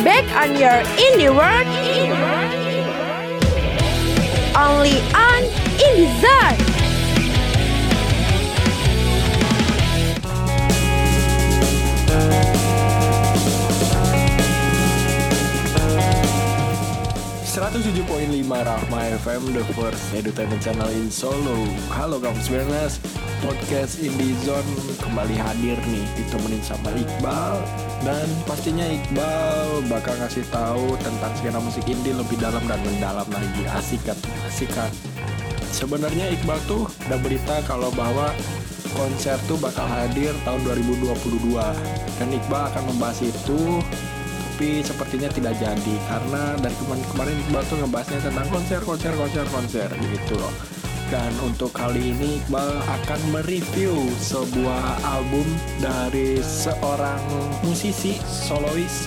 back on your indie world. Only on Indie Zone. Rahma FM, the first entertainment channel in Solo. Halo kamu sebenarnya, podcast Indie Zone kembali hadir nih, ditemenin sama Iqbal. Dan pastinya Iqbal bakal ngasih tahu tentang skena musik indie lebih dalam dan mendalam lagi. Asik kan? Sebenarnya Iqbal tuh udah berita kalau bahwa konser tuh bakal hadir tahun 2022. Dan Iqbal akan membahas itu, tapi sepertinya tidak jadi karena dari kemarin Iqbal tuh ngebahasnya tentang konser gitu loh. Dan untuk kali ini Iqbal akan mereview sebuah album dari seorang musisi solois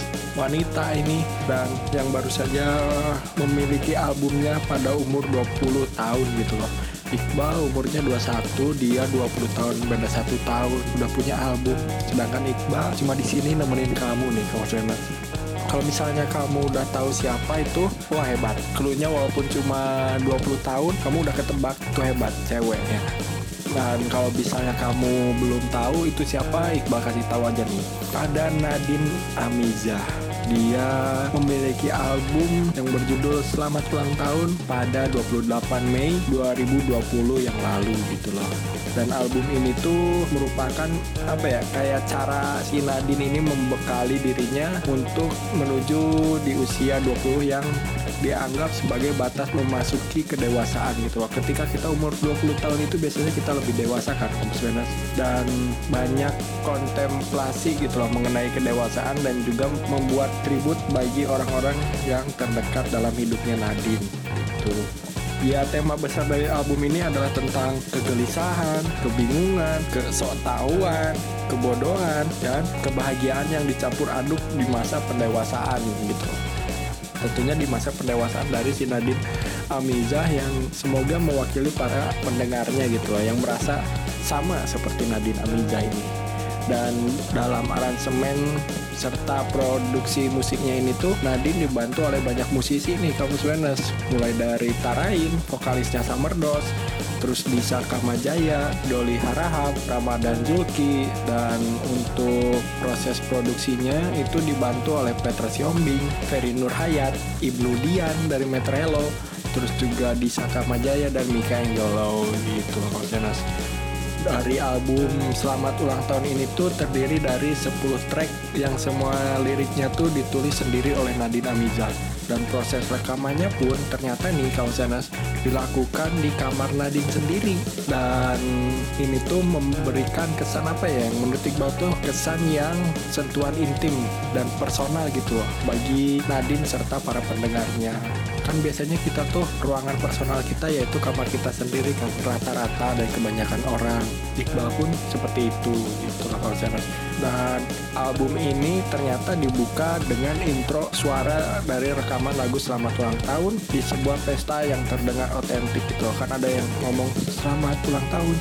wanita ini, dan yang baru saja memiliki albumnya pada umur 20 tahun gitu loh. Iqbal umurnya 21, dia 20 tahun, beda 1 tahun udah punya album. Sedangkan Iqbal cuma di sini nemenin kamu nih, kamu Sena. Kalau misalnya kamu udah tahu siapa itu, wah hebat. Cluenya walaupun cuma 20 tahun, kamu udah ketebak, itu hebat, cewek ya. Dan kalau misalnya kamu belum tahu itu siapa, Iqbal kasih tahu aja nih. Ada Nadine Amizah. Dia memiliki album yang berjudul Selamat Ulang Tahun pada 28 Mei 2020 yang lalu gitu loh. Dan album ini tuh merupakan kayak cara si Nadine ini membekali dirinya untuk menuju di usia 20 yang dianggap sebagai batas memasuki kedewasaan gitu loh. Ketika kita umur 20 tahun itu biasanya kita lebih dewasa kan, sebenarnya. Dan banyak kontemplasi gitu loh mengenai kedewasaan, dan juga membuat tribut bagi orang-orang yang terdekat dalam hidupnya Nadine gitu. Ya, tema besar dari album ini adalah tentang kegelisahan, kebingungan, kesoktahuan, kebodohan, dan kebahagiaan yang dicampur aduk di masa pendewasaan gitu. Tentunya di masa pendewasaan dari si Nadine Amizah yang semoga mewakili para pendengarnya gitu loh, yang merasa sama seperti Nadine Amizah ini. Dan dalam aransemen serta produksi musiknya ini tuh Nadine dibantu oleh banyak musisi nih kamu Swenes, mulai dari Tarain, vokalisnya Summerdos, terus Disa Kamajaya, Doli Harahap, Ramadan Zulki. Dan untuk proses produksinya itu dibantu oleh Petra Siombing, Ferry Nurhayat, Ibnu Dian dari Metrelo, terus juga Disa Kamajaya dan Mika Angelou gitu kamu Swenes. Dari album Selamat Ulang Tahun ini tuh terdiri dari 10 track yang semua liriknya tuh ditulis sendiri oleh Nadine Amizah. Dan proses rekamannya pun ternyata nih Kausanas dilakukan di kamar Nadine sendiri. Dan ini tuh memberikan kesan yang menurut Iqbal tuh kesan yang sentuhan intim dan personal gitu loh bagi Nadine serta para pendengarnya. Kan biasanya kita tuh ruangan personal kita yaitu kamar kita sendiri kan, rata-rata dan kebanyakan orang. Iqbal pun seperti itu gitu loh Kausanas. Dan album ini ternyata dibuka dengan intro suara dari rekaman lagu Selamat Ulang Tahun di sebuah pesta yang terdengar otentik gitu. Kan ada yang ngomong Selamat Ulang Tahun.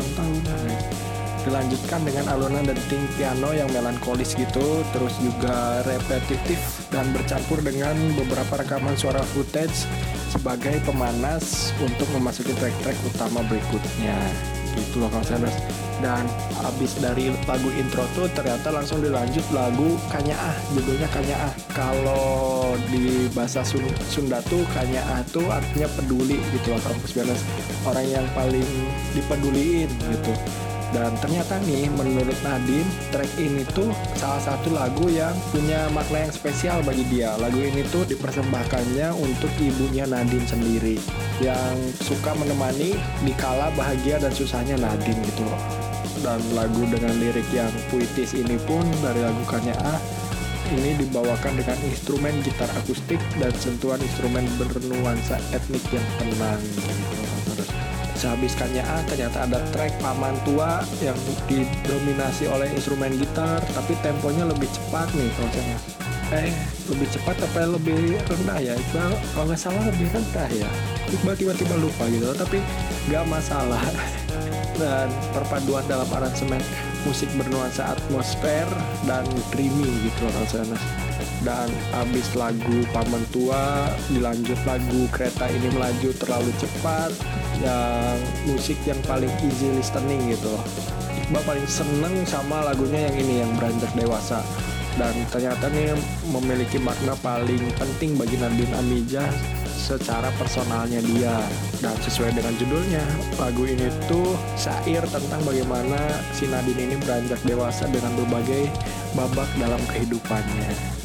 Dilanjutkan dengan alunan denting piano yang melankolis gitu, terus juga repetitif dan bercampur dengan beberapa rekaman suara footage sebagai pemanas untuk memasuki track-track utama berikutnya gitu loh Kausanas. Dan abis dari lagu intro tuh ternyata langsung dilanjut lagu Kanyaah, judulnya Kanyaah. Kalau di bahasa Sunda tuh Kanyaah tuh artinya peduli gitu loh kampus Benes, orang yang paling dipeduliin gitu. Dan ternyata nih menurut Nadine, track ini tuh salah satu lagu yang punya makna yang spesial bagi dia. Lagu ini tuh dipersembahkannya untuk ibunya Nadine sendiri, yang suka menemani di kala bahagia dan susahnya Nadine gitu loh. Dan lagu dengan lirik yang puitis ini pun dari lagu Kanyaah ini dibawakan dengan instrumen gitar akustik dan sentuhan instrumen bernuansa etnik yang tenang gitu. Sehabis Kanyaah ternyata ada track Paman Tua yang didominasi oleh instrumen gitar, tapi temponya lebih cepat nih kalau saya. Lebih cepat apa lebih rendah ya? Iqbal kalau nggak salah lebih rendah ya. Iqbal tiba-tiba lupa gitu, tapi nggak masalah. Dan perpaduan dalam aransemen musik bernuansa atmosfer dan dreamy gitu loh rasanya. Dan abis lagu Paman Tua dilanjut lagu Kereta Ini Melaju Terlalu Cepat, yang musik yang paling easy listening gitu loh. Iqbal paling seneng sama lagunya yang ini, yang Beranjak Dewasa. Dan ternyata nih memiliki makna paling penting bagi Nadine Amizah secara personalnya dia. Dan sesuai dengan judulnya, lagu ini tuh syair tentang bagaimana si Nadine ini beranjak dewasa dengan berbagai babak dalam kehidupannya.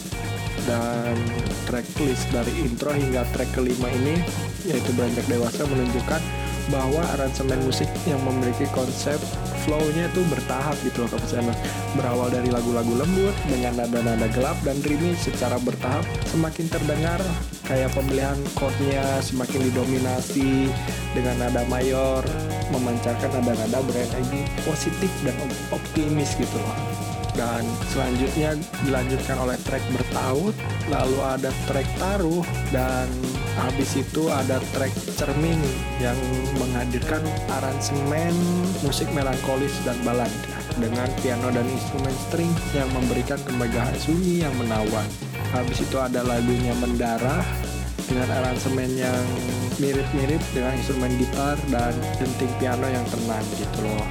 Dan tracklist dari intro hingga track kelima ini, yaitu Beranjak Dewasa, menunjukkan bahwa aransemen musik yang memiliki konsep flow-nya itu bertahap gitu loh Kapusana. Berawal dari lagu-lagu lembut dengan nada-nada gelap dan dreamy secara bertahap, semakin terdengar kayak pemilihan chord-nya semakin didominasi dengan nada mayor, memancarkan nada-nada berenergi positif dan optimis gitu loh. Dan selanjutnya dilanjutkan oleh track Bertaut, lalu ada track Taruh, dan habis itu ada track Cermin yang menghadirkan aransemen musik melankolis dan balad dengan piano dan instrumen string yang memberikan kemegahan sunyi yang menawan. Habis itu ada lagunya Mendarah dengan aransemen yang mirip-mirip dengan instrumen gitar dan denting piano yang tenang gitu loh.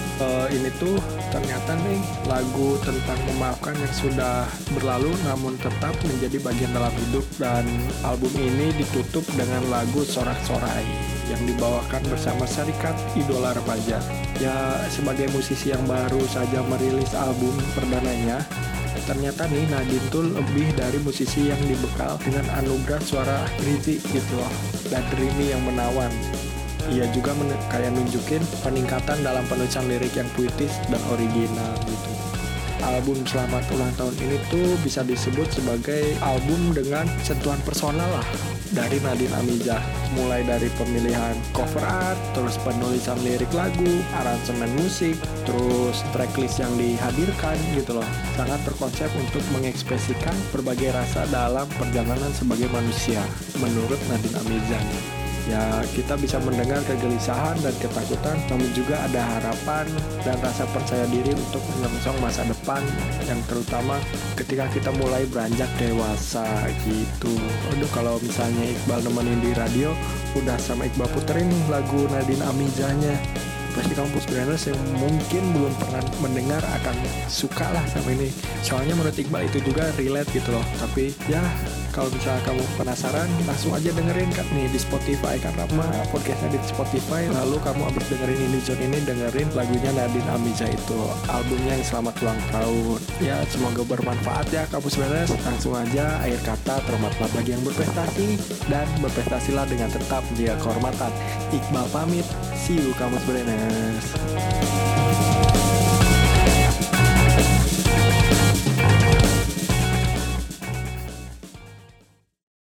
Ini tuh ternyata nih lagu tentang memaafkan yang sudah berlalu namun tetap menjadi bagian dalam hidup. Dan album ini ditutup dengan lagu Sorak-Sorai yang dibawakan bersama Syarikat Idola Remaja. Ya, sebagai musisi yang baru saja merilis album perdananya, ternyata nih Nadine tuh lebih dari musisi yang dibekal dengan anugerah suara berisi gitu loh, dan dreamy yang menawan. Ia juga kayak nunjukin peningkatan dalam penulisan lirik yang puitis dan original gitu. Album Selamat Ulang Tahun ini tuh bisa disebut sebagai album dengan sentuhan personal lah dari Nadine Amizah. Mulai dari pemilihan cover art, terus penulisan lirik lagu, aransemen musik, terus tracklist yang dihadirkan gitu loh. Sangat terkonsep untuk mengekspresikan berbagai rasa dalam perjalanan sebagai manusia menurut Nadine Amizah. Ya, kita bisa mendengar kegelisahan dan ketakutan, namun juga ada harapan dan rasa percaya diri untuk menyongsong masa depan, yang terutama ketika kita mulai beranjak dewasa gitu. Aduh, kalau misalnya Iqbal nemenin di radio, udah sama Iqbal puterin lagu Nadine Amizahnya, pasti kampus Brainers yang mungkin belum pernah mendengar akan suka lah sama ini. Soalnya menurut Iqbal itu juga relate gitu loh. Tapi ya, kalau misalnya kamu penasaran, langsung aja dengerin kan nih di Spotify, karena podcastnya di Spotify. Lalu kamu abis dengerin Indizone ini, dengerin lagunya Nadine Amizah itu, albumnya yang Selamat Ulang Tahun. Ya, semoga bermanfaat ya Kampus Brainers. Langsung aja, akhir kata, terhormatlah bagi yang berprestasi, dan berprestasilah dengan tetap menjaga kehormatan. Iqbal pamit, see you Kampus Brainers.